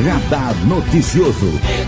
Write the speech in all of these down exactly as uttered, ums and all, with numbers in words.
Radar Noticioso.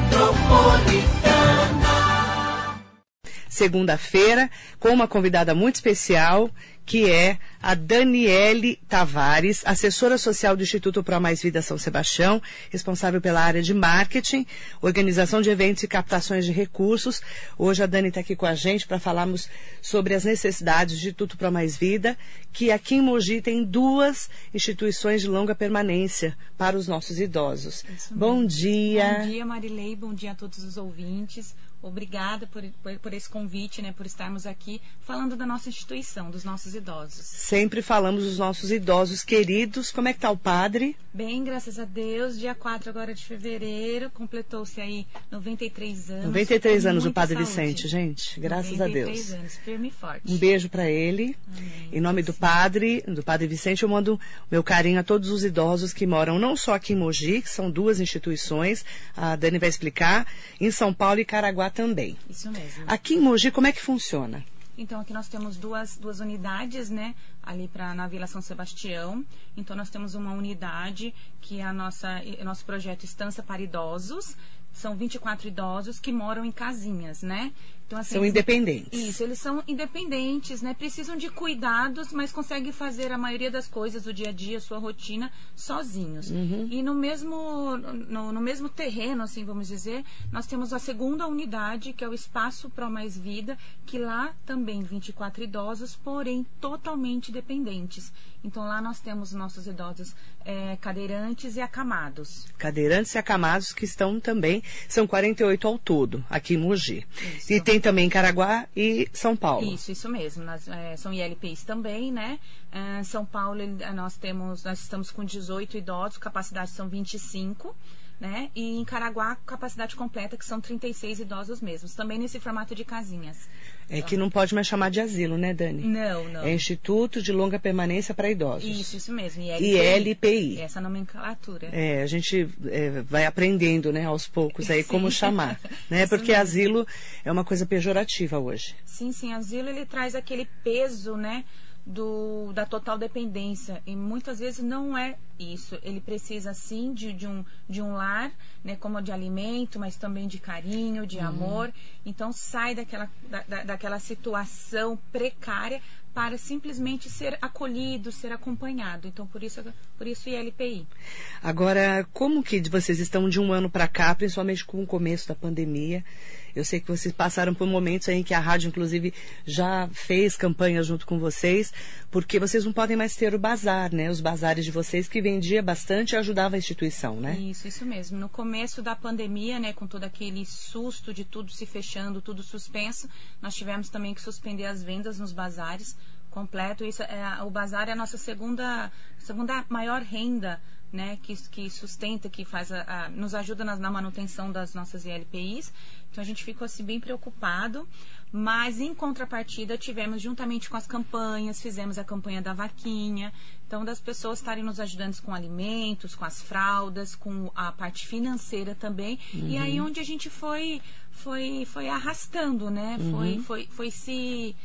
Segunda-feira, com uma convidada muito especial, que é a Daniele Tavares, assessora social do Instituto Pro Mais Vida São Sebastião, responsável pela área de marketing, organização de eventos e captações de recursos. Hoje a Dani está aqui com a gente para falarmos sobre as necessidades do Instituto Pro Mais Vida, que aqui em Mogi tem duas instituições de longa permanência para os nossos idosos. Bom dia. Bom dia, Marilei. Bom dia a todos os ouvintes. Obrigada por, por, por esse convite, né, por estarmos aqui falando da nossa instituição, dos nossos idosos. Sempre falamos dos nossos idosos queridos. Como é que está o padre? Bem, graças a Deus. Dia quatro agora de fevereiro, completou-se aí noventa e três anos. noventa e três anos o Padre saúde. Vicente, gente. Graças a Deus. noventa e três anos, firme e forte. Um beijo para ele. Amém. Em nome do Sim. Padre, do Padre Vicente, eu mando meu carinho a todos os idosos que moram não só aqui em Mogi, que são duas instituições, a Dani vai explicar, em São Paulo e Caraguá também. Isso mesmo. Aqui em Mogi, como é que funciona? Então, aqui nós temos duas, duas unidades, né? Ali pra, na Vila São Sebastião. Então, nós temos uma unidade que é a nossa, o nosso projeto Estância para Idosos. São vinte e quatro idosos que moram em casinhas, né? Então, assim, São eles, independentes. Isso, eles são independentes, né? Precisam de cuidados, mas conseguem fazer a maioria das coisas do dia a dia, sua rotina, sozinhos. Uhum. E no mesmo, no, no mesmo terreno, assim, vamos dizer, nós temos a segunda unidade, que é o Espaço Pro Mais Vida, que lá também vinte e quatro idosos, porém totalmente dependentes. Então, lá nós temos nossos idosos é, cadeirantes e acamados. Cadeirantes e acamados que estão também, são quarenta e oito ao todo, aqui em Mogi. Isso. E tem também Caraguá e São Paulo. Isso, isso mesmo. Nós, é, são I L P Is também, né? Em São Paulo, ele, nós temos, nós estamos com dezoito idosos, capacidade são vinte e cinco, né? E em Caraguá, capacidade completa, que são trinta e seis idosos mesmos, também nesse formato de casinhas. É que não pode mais chamar de asilo, né, Dani? Não, não. É Instituto de Longa Permanência para Idosos. Isso, isso mesmo. I L P I. Essa nomenclatura. É, a gente é, vai aprendendo, né, aos poucos aí Sim. como chamar, né? Porque mesmo. Asilo é uma coisa pejorativa hoje. Sim, sim, asilo ele traz aquele peso, né, do, da total dependência, e muitas vezes não é isso. Ele precisa sim de, de, um, de um lar, né, como de alimento, mas também de carinho, de uhum. amor. Então sai daquela, da, daquela situação precária para simplesmente ser acolhido, ser acompanhado. Então, por isso, por isso I L P I. Agora, como que vocês estão de um ano para cá, principalmente com o começo da pandemia? Eu sei que vocês passaram por momentos aí em que a rádio, inclusive, já fez campanha junto com vocês, porque vocês não podem mais ter o bazar, né? Os bazares de vocês que vendia bastante e ajudava a instituição, né? Isso, isso mesmo. No começo da pandemia, né, com todo aquele susto de tudo se fechando, tudo suspenso, nós tivemos também que suspender as vendas nos bazares completo. Isso é, o bazar é a nossa segunda, segunda maior renda, né, que, que sustenta, que faz a, a, nos ajuda na, na manutenção das nossas I L P Is. Então a gente ficou assim bem preocupado, mas em contrapartida tivemos juntamente com as campanhas, fizemos a campanha da vaquinha, então das pessoas estarem nos ajudando com alimentos, com as fraldas, com a parte financeira também, uhum. E aí onde a gente foi, foi, foi arrastando, né, uhum. foi, foi, foi se...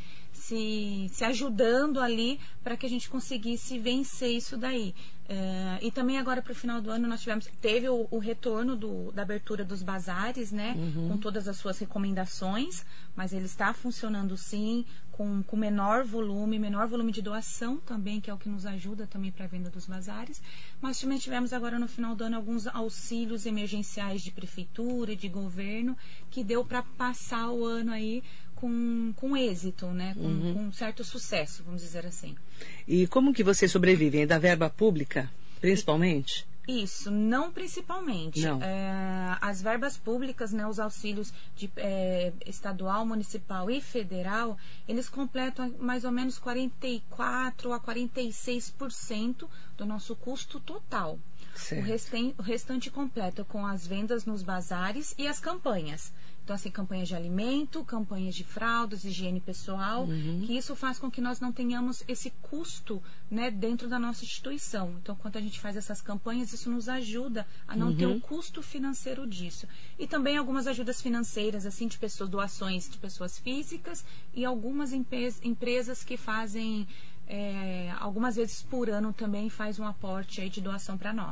Se, se ajudando ali para que a gente conseguisse vencer isso daí. Uh, e também agora para o final do ano nós tivemos, teve o, o retorno do, da abertura dos bazares, né? Uhum. Com todas as suas recomendações, mas ele está funcionando sim, com, com menor volume, menor volume de doação também, que é o que nos ajuda também para a venda dos bazares. Mas também tivemos agora no final do ano alguns auxílios emergenciais de prefeitura, de governo, que deu para passar o ano aí Com, com êxito, né? Com, uhum. com certo sucesso, vamos dizer assim. E como que vocês sobrevivem? Da verba pública, principalmente? Isso, não principalmente. Não. É, as verbas públicas, né, os auxílios de, é, estadual, municipal e federal, eles completam mais ou menos quarenta e quatro a quarenta e seis por cento do nosso custo total. O, resten, o restante completa com as vendas nos bazares e as campanhas. Então, assim, campanhas de alimento, campanhas de fraldas, higiene pessoal, uhum. que isso faz com que nós não tenhamos esse custo, né, dentro da nossa instituição. Então, quando a gente faz essas campanhas, isso nos ajuda a não uhum. ter o custo financeiro disso. E também algumas ajudas financeiras, assim, de pessoas, doações de pessoas físicas e algumas empresas que fazem, é, algumas vezes por ano também faz um aporte aí de doação para nós.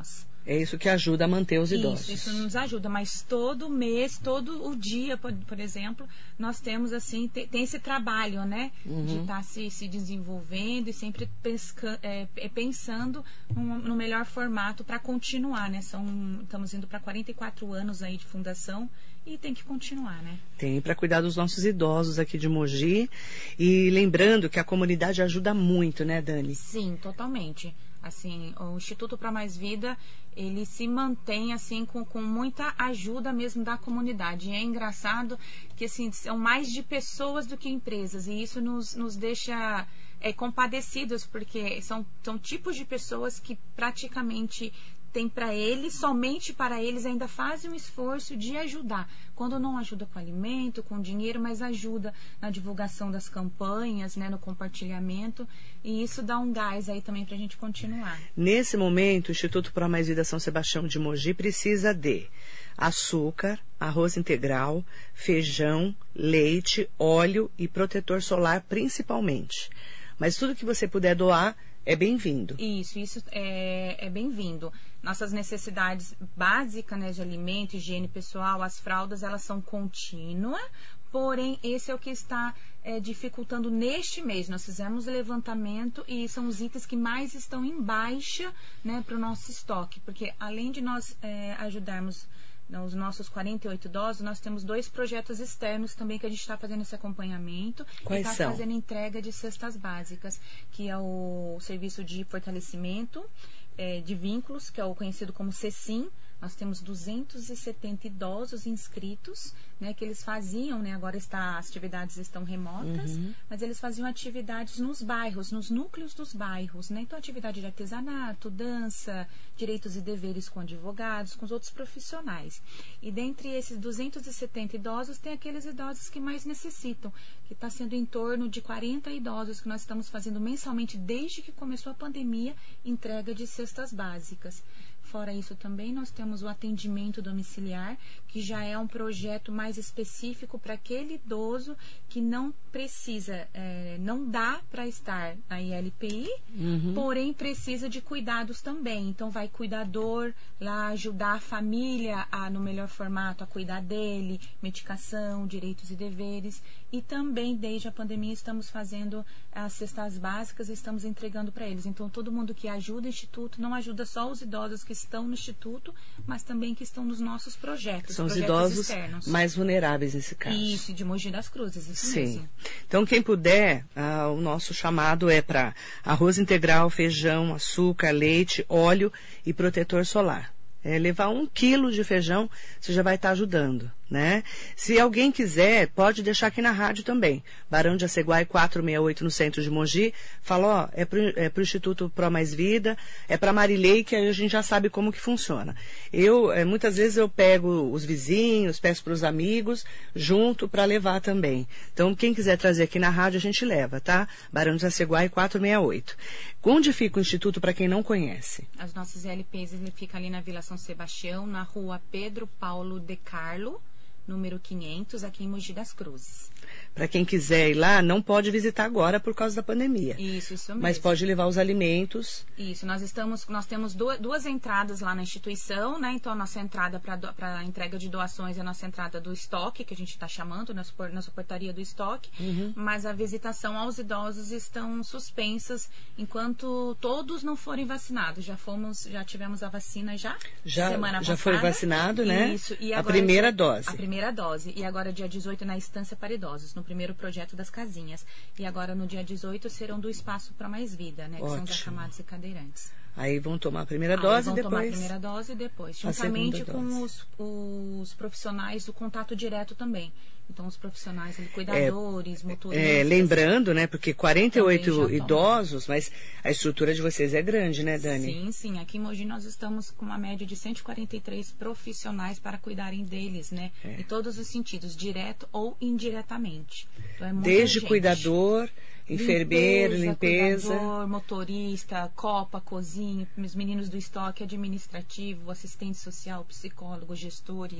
É isso que ajuda a manter os idosos. Isso, isso nos ajuda, mas todo mês, todo o dia, por, por exemplo, nós temos assim, tem, tem esse trabalho, né? Uhum. De estar tá se, se desenvolvendo e sempre pesca, é, pensando no, no melhor formato para continuar, né? São, estamos indo para quarenta e quatro anos aí de fundação e tem que continuar, né? Tem, para cuidar dos nossos idosos aqui de Mogi. E lembrando que a comunidade ajuda muito, né, Dani? Sim, totalmente. Assim, o Instituto Pra Mais Vida, ele se mantém assim com, com muita ajuda mesmo da comunidade. E é engraçado que assim, são mais de pessoas do que empresas. E isso nos, nos deixa é, compadecidos, porque são, são tipos de pessoas que praticamente tem para eles, somente para eles, ainda fazem um esforço de ajudar. Quando não ajuda com alimento, com dinheiro, mas ajuda na divulgação das campanhas, né, no compartilhamento. E isso dá um gás aí também para a gente continuar. Nesse momento, o Instituto Pro Mais Vida São Sebastião de Mogi precisa de açúcar, arroz integral, feijão, leite, óleo e protetor solar principalmente. Mas tudo que você puder doar é bem-vindo. Isso, isso é, é bem-vindo. Nossas necessidades básicas, né, de alimento, higiene pessoal, as fraldas, elas são contínuas, porém, esse é o que está é, dificultando neste mês. Nós fizemos o levantamento e são os itens que mais estão em baixa, né, para o nosso estoque, porque além de nós é, ajudarmos os nossos quarenta e oito idosos, nós temos dois projetos externos também que a gente está fazendo esse acompanhamento. Quais e são? Está fazendo entrega de cestas básicas, que é o serviço de fortalecimento é, de vínculos, que é o conhecido como CECIM. Nós temos duzentos e setenta idosos inscritos, né, que eles faziam, né, agora está, as atividades estão remotas, uhum. mas eles faziam atividades nos bairros, nos núcleos dos bairros, né, então atividade de artesanato, dança, direitos e deveres com advogados, com os outros profissionais. E dentre esses duzentos e setenta idosos, tem aqueles idosos que mais necessitam, que está sendo em torno de quarenta idosos que nós estamos fazendo mensalmente desde que começou a pandemia, entrega de cestas básicas. Fora isso também nós temos o atendimento domiciliar, que já é um projeto mais específico para aquele idoso que não precisa, é, não dá para estar na I L P I, uhum. porém precisa de cuidados também. Então vai cuidador lá ajudar a família a, no melhor formato, a cuidar dele, medicação, direitos e deveres. E também desde a pandemia estamos fazendo as cestas básicas e estamos entregando para eles. Então todo mundo que ajuda o Instituto, não ajuda só os idosos que estão no Instituto, mas também que estão nos nossos projetos. São projetos os idosos externos. mais vulneráveis nesse caso. Isso, de Mogi das Cruzes, isso Sim. mesmo. Então quem puder, ah, o nosso chamado é para arroz integral, feijão, açúcar, leite, óleo e protetor solar. É, levar um quilo de feijão, você já vai estar ajudando, né? Se alguém quiser, pode deixar aqui na rádio também. Barão de Aceguai quatrocentos e sessenta e oito, no centro de Mogi. Fala, ó, é pro, é pro Instituto Pro Mais Vida, é pra Marilei, que a gente já sabe como que funciona. Eu, é, muitas vezes eu pego os vizinhos, peço pros amigos, junto para levar também. Então, quem quiser trazer aqui na rádio, a gente leva, tá? Barão de Aceguai quatrocentos e sessenta e oito. Onde fica o Instituto, para quem não conhece? As nossas L Ps, ele fica ali na Vila São Sebastião, na rua Pedro Paulo de Carlo, número quinhentos, aqui em Mogi das Cruzes. Para quem quiser ir lá, não pode visitar agora por causa da pandemia. Isso, isso mesmo. Mas pode levar os alimentos. Isso, nós estamos, nós temos duas, duas entradas lá na instituição, né? Então a nossa entrada para a entrega de doações é a nossa entrada do estoque, que a gente está chamando, nossa, nossa portaria do estoque. Uhum. Mas a visitação aos idosos estão suspensas enquanto todos não forem vacinados. Já fomos, já tivemos a vacina já. Já, semana já passada. foi vacinado, né? Isso. E a agora, primeira dose. A primeira dose. E agora dia dezoito na Estância para Idosos, no primeiro projeto das casinhas. E agora no dia dezoito serão do Espaço para Mais Vida, né? Que Ótimo. são os acamados e cadeirantes. Aí vão tomar a primeira Aí dose vão e depois... tomar a primeira dose e depois. Juntamente com os, os profissionais do contato direto também. Então, os profissionais, cuidadores, é, motoristas... É, lembrando, né, porque quarenta e oito idosos, mas a estrutura de vocês é grande, né, Dani? Sim, sim. Aqui em Mogi nós estamos com uma média de cento e quarenta e três profissionais para cuidarem deles, né? É. Em todos os sentidos, direto ou indiretamente. Então, é muita Desde gente. Cuidador, enfermeiro, limpeza... Cuidador, motorista, copa, cozinha, os meninos do estoque administrativo, assistente social, psicólogo, gestores...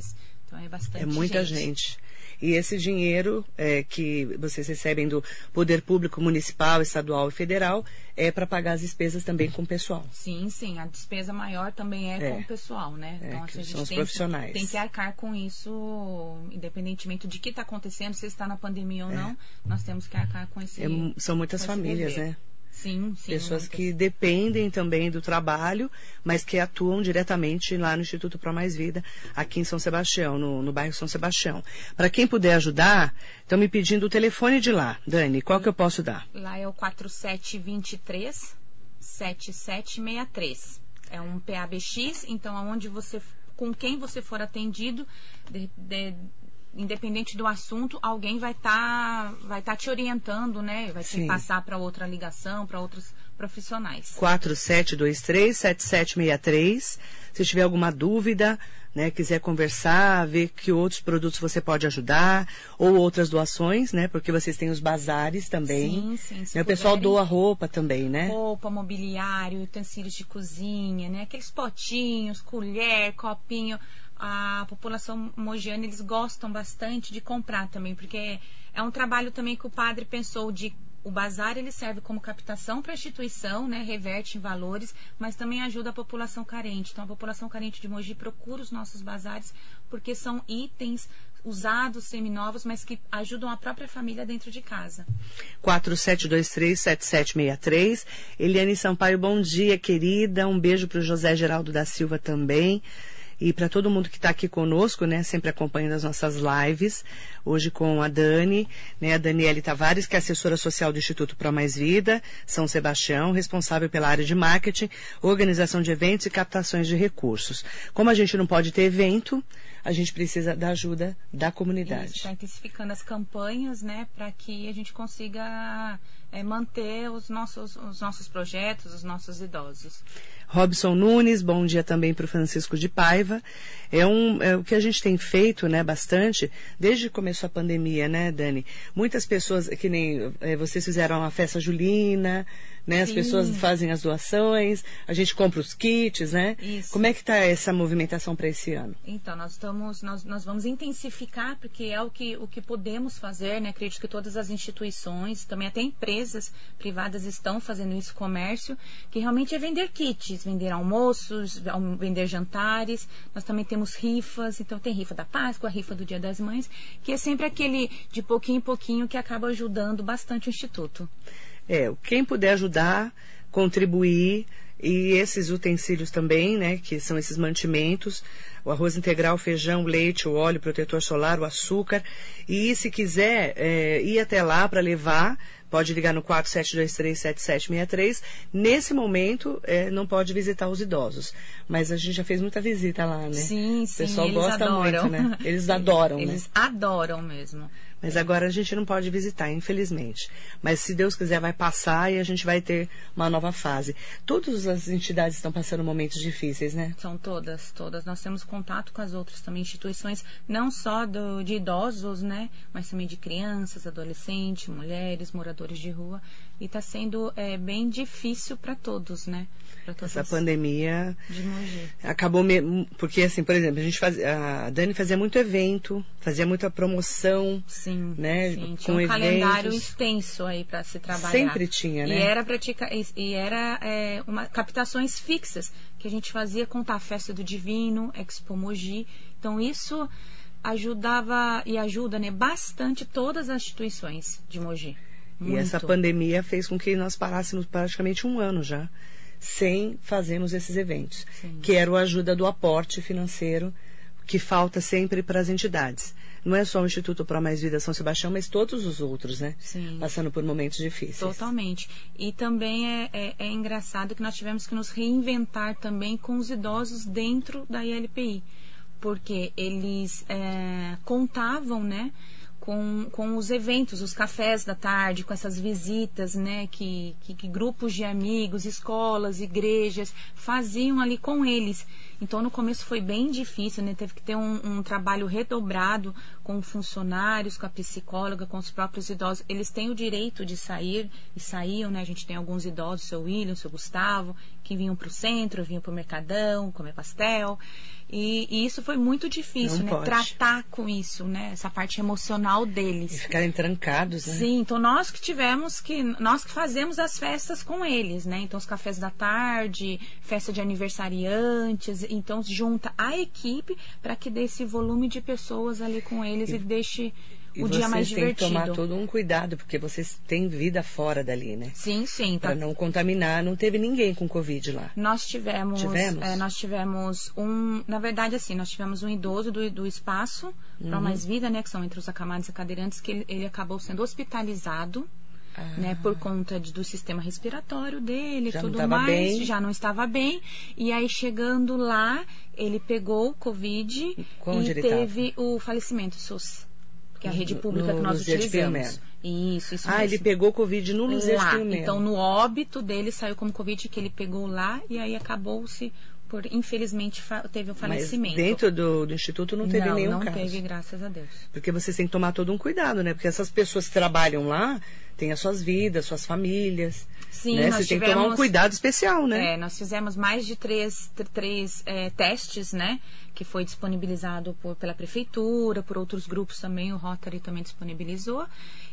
Então é bastante É muita gente. gente. E esse dinheiro é, que vocês recebem do poder público municipal, estadual e federal é para pagar as despesas também com o pessoal. Sim, sim. A despesa maior também é, é. com o pessoal, né? É, então, assim, a gente são os tem, profissionais. tem que arcar com isso, independentemente de que está acontecendo, se está na pandemia ou é. não, nós temos que arcar com esse. É, são muitas famílias, dever. né? Sim, sim. Pessoas muitas. que dependem também do trabalho, mas que atuam diretamente lá no Instituto Pro Mais Vida, aqui em São Sebastião, no, no bairro São Sebastião. Para quem puder ajudar, estão me pedindo o telefone de lá. Dani, qual que eu posso dar? Lá é o quatro sete dois três, sete sete seis três. É um P A B X, então aonde você, com quem você for atendido, de, de, independente do assunto, alguém vai estar tá, vai tá te orientando, né? Vai te passar para outra ligação, para outros profissionais. quatro sete dois três, sete sete seis três. Se tiver alguma dúvida, né, quiser conversar, ver que outros produtos você pode ajudar, ou outras doações, né? Porque vocês têm os bazares também. Sim, sim. Né, o pessoal doa roupa também, né? Roupa, mobiliário, utensílios de cozinha, né? Aqueles potinhos, colher, copinho. A população mogiana, eles gostam bastante de comprar também, porque é um trabalho também que o padre pensou de... O bazar, ele serve como captação para a instituição, né, reverte em valores, mas também ajuda a população carente. Então, a população carente de Mogi procura os nossos bazares, porque são itens usados, seminovos, mas que ajudam a própria família dentro de casa. quatro sete dois três, sete sete seis três. Eliane Sampaio, bom dia, querida. Um beijo para o José Geraldo da Silva também. E para todo mundo que está aqui conosco, né, sempre acompanhando as nossas lives, hoje com a Dani, né, a Daniele Tavares, que é assessora social do Instituto Pro Mais Vida, São Sebastião, responsável pela área de marketing, organização de eventos e captações de recursos. Como a gente não pode ter evento, a gente precisa da ajuda da comunidade. Está intensificando as campanhas, né, para que a gente consiga é, manter os nossos, os nossos projetos, os nossos idosos. Robson Nunes, bom dia também para o Francisco de Paiva. É, um, é o que a gente tem feito, né, bastante, desde que começou a pandemia, né, Dani? Muitas pessoas, que nem é, vocês fizeram a festa julina, né? As Sim. pessoas fazem as doações, a gente compra os kits, né? Isso. Como é que está essa movimentação para esse ano? Então, nós estamos, nós, nós vamos intensificar, porque é o que, o que podemos fazer, né? Acredito que todas as instituições, também até empresas privadas estão fazendo isso, comércio, que realmente é vender kits, vender almoços, vender jantares. Nós também temos rifas, então tem rifa da Páscoa, rifa do Dia das Mães, que é sempre aquele de pouquinho em pouquinho que acaba ajudando bastante o Instituto. É, quem puder ajudar, contribuir, e esses utensílios também, né, que são esses mantimentos, o arroz integral, o feijão, o leite, o óleo, o protetor solar, o açúcar, e se quiser é, ir até lá para levar, pode ligar no quatro sete dois três, sete sete seis três. Nesse momento, é, não pode visitar os idosos. Mas a gente já fez muita visita lá, né? Sim, sim. O pessoal eles gosta adoram. muito, né? Eles adoram, eles, né? Eles adoram mesmo. Mas agora a gente não pode visitar, infelizmente. Mas se Deus quiser, vai passar e a gente vai ter uma nova fase. Todas as entidades estão passando momentos difíceis, né? São todas, todas. Nós temos contato com as outras também instituições, não só do, de idosos, né? Mas também de crianças, adolescentes, mulheres, moradores de rua. E está sendo é, bem difícil para todos, né? Pra todos. Essa pandemia de Mogi. Acabou me... porque assim, por exemplo, a gente fazia, a Dani fazia muito evento, fazia muita promoção, sim, né? Sim. Com tinha um eventos. Calendário extenso aí para se trabalhar. Sempre tinha, né? E era pratica... e era é, uma captações fixas que a gente fazia, contar a festa do Divino, Expo Mogi. Então isso ajudava e ajuda, né, bastante todas as instituições de Mogi. Muito. E essa pandemia fez com que nós parássemos praticamente um ano já sem fazermos esses eventos, sim. que era a ajuda do aporte financeiro que falta sempre para as entidades. Não é só o Instituto Pro Mais Vida São Sebastião, mas todos os outros, né? Sim. Passando por momentos difíceis. Totalmente. E também é, é, é engraçado que nós tivemos que nos reinventar também com os idosos dentro da I L P I, porque eles é, contavam, né? Com, com os eventos, os cafés da tarde, com essas visitas, né, que, que, que grupos de amigos, escolas, igrejas faziam ali com eles. Então, no começo foi bem difícil, né, teve que ter um, um trabalho redobrado com funcionários, com a psicóloga, com os próprios idosos. Eles têm o direito de sair, e saíam, né, a gente tem alguns idosos, o seu William, o seu Gustavo, que vinham para o centro, vinham para o Mercadão, comer pastel. E, e isso foi muito difícil, Não né? pode. Tratar com isso, né? Essa parte emocional deles. E ficarem trancados, né? Sim, então nós que tivemos que, nós que fazemos as festas com eles, né? Então os cafés da tarde, festa de aniversariantes, então junta a equipe para que dê esse volume de pessoas ali com eles e, e deixe e o dia mais vocês têm divertido. que tomar todo um cuidado, porque vocês têm vida fora dali, né? Sim, sim. Para tá. não contaminar, não teve ninguém com Covid lá. Nós tivemos, tivemos? É, nós tivemos um, na verdade assim, nós tivemos um idoso do, do espaço uhum. para mais vida, né, que são entre os acamados e cadeirantes, que ele, ele acabou sendo hospitalizado, ah. né, por conta de, do sistema respiratório dele, já tudo não mais, bem. já não estava bem, e aí chegando lá, ele pegou o Covid Onde e ele teve tava? o falecimento S U S. Que é a rede pública no, que nós no utilizamos. Isso, isso Ah, mesmo. ele pegou Covid no Luzia de Pio Melo. Então, no óbito dele saiu como Covid que ele pegou lá e aí acabou-se por, infelizmente, teve o falecimento. Mas dentro do, do Instituto não teve não, nenhum não caso. Não teve, graças a Deus. Porque vocês têm que tomar todo um cuidado, né? Porque essas pessoas que trabalham lá têm as suas vidas, suas famílias. Sim, né? nós Vocês tivemos, têm que tomar um cuidado especial, né? É, nós fizemos mais de três, três é, testes, né? Que foi disponibilizado por, pela prefeitura, por outros grupos também, o Rotary também disponibilizou.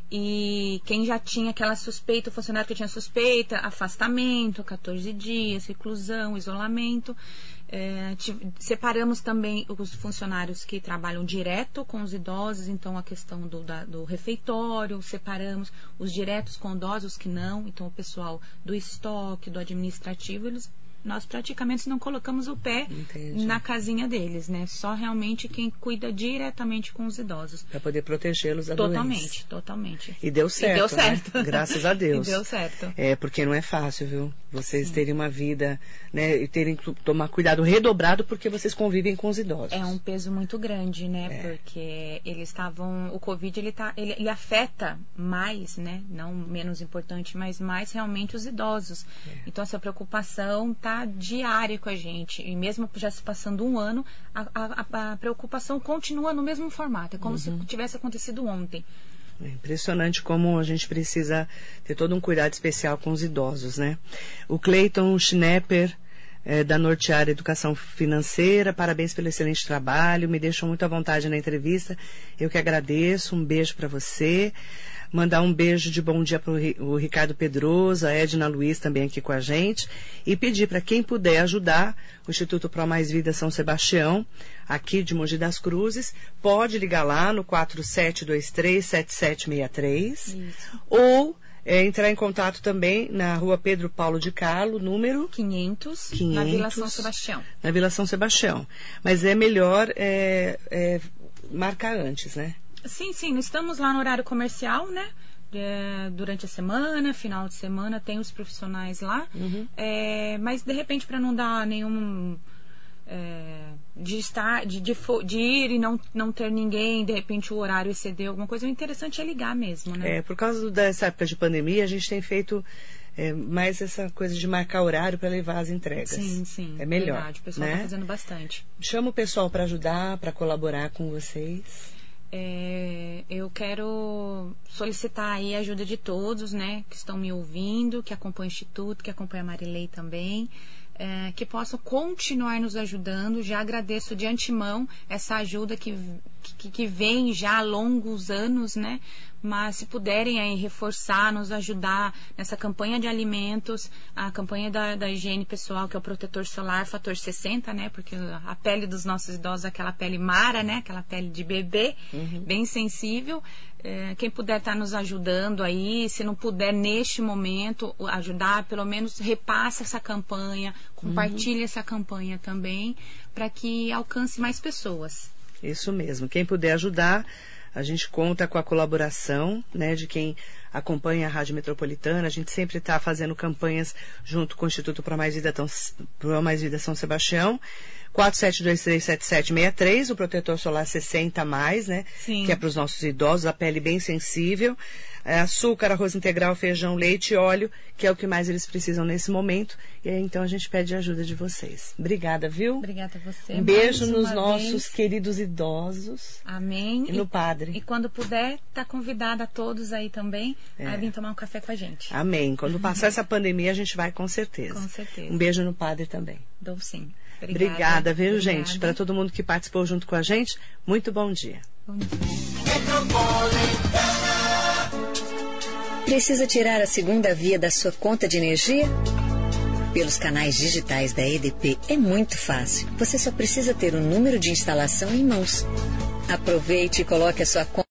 E quem já tinha aquela suspeita, o funcionário que tinha suspeita, afastamento, quatorze dias, reclusão, isolamento. É, separamos também os funcionários que trabalham direto com os idosos, então a questão do, da, do refeitório, separamos os diretos com idosos que não, então o pessoal do estoque, do administrativo, eles, nós praticamente não colocamos o pé Entendi. Na casinha deles, né? Só realmente quem cuida diretamente com os idosos. Para poder protegê-los da Totalmente, doença. totalmente. E deu certo, e deu certo. Né? Graças a Deus. E deu certo. É, porque não é fácil, viu? Vocês Sim. terem uma vida, né? E terem que tomar cuidado redobrado porque vocês convivem com os idosos. É um peso muito grande, né? É. Porque eles estavam... O Covid, ele, tá, ele, ele afeta mais, né? Não menos importante, mas mais realmente os idosos. É. Então, essa preocupação tá diária com a gente. E mesmo já se passando um ano, a, a, a preocupação continua no mesmo formato. É como uhum. se tivesse acontecido ontem. É impressionante como a gente precisa ter todo um cuidado especial com os idosos, né? O Cleiton Schnepper, é, da Nortear Educação Financeira, parabéns pelo excelente trabalho, me deixou muito à vontade na entrevista. Eu que agradeço, um beijo para você. Mandar um beijo de bom dia para o Ricardo Pedroso, a Edna Luiz também aqui com a gente. E pedir para quem puder ajudar o Instituto Pro Mais Vida São Sebastião, aqui de Mogi das Cruzes, pode ligar lá no quatro sete dois três, sete sete seis três. Isso. Ou é, entrar em contato também na rua Pedro Paulo de Carlo, número quinhentos, quinhentos, na Vila São Sebastião. Na Vila São Sebastião. Mas é melhor é, é, marcar antes, né? Sim, sim, estamos lá no horário comercial, né? É, durante a semana, final de semana, tem os profissionais lá. Uhum. É, mas, de repente, para não dar nenhum... É, de estar, de, de, de ir e não, não ter ninguém, de repente o horário exceder alguma coisa, o interessante é ligar mesmo, né? É, por causa dessa época de pandemia, a gente tem feito é, mais essa coisa de marcar horário para levar as entregas. Sim, sim. É melhor. Verdade, o pessoal está né? fazendo bastante. Chama o pessoal para ajudar, para colaborar com vocês. É, eu quero solicitar aí a ajuda de todos, né, que estão me ouvindo, que acompanham o Instituto, que acompanham a Marilei também, é, que possam continuar nos ajudando. Já agradeço de antemão essa ajuda que, que, que vem já há longos anos, né, mas se puderem aí reforçar, nos ajudar nessa campanha de alimentos, a campanha da, da higiene pessoal, que é o protetor solar fator sessenta, né? Porque a pele dos nossos idosos é aquela pele mara, né? Aquela pele de bebê, uhum. bem sensível. É, quem puder estar nos ajudando aí, se não puder neste momento ajudar, pelo menos repasse essa campanha, compartilhe uhum. essa campanha também, para que alcance mais pessoas. Isso mesmo. Quem puder ajudar, a gente conta com a colaboração, né, de quem acompanha a Rádio Metropolitana. A gente sempre está fazendo campanhas junto com o Instituto Pro Mais Vida, Pro Mais Vida São Sebastião. quatro sete dois três, sete sete seis três, o protetor solar sessenta mais, né? Sim. Que é para os nossos idosos, a pele bem sensível. É, açúcar, arroz integral, feijão, leite e óleo, que é o que mais eles precisam nesse momento. E aí, então, a gente pede a ajuda de vocês. Obrigada, viu? Obrigada a você. Um beijo nos vez. nossos queridos idosos. Amém. E no Padre. E quando puder, tá convidada a todos aí também é. a vir tomar um café com a gente. Amém. Quando passar essa pandemia, a gente vai com certeza. Com certeza. Um beijo no Padre também. Dou sim. Obrigada, Obrigada, viu, obrigada. gente? Para todo mundo que participou junto com a gente, muito bom dia. Bom dia. Precisa tirar a segunda via da sua conta de energia? Pelos canais digitais da E D P é muito fácil. Você só precisa ter o número de instalação em mãos. Aproveite e coloque a sua conta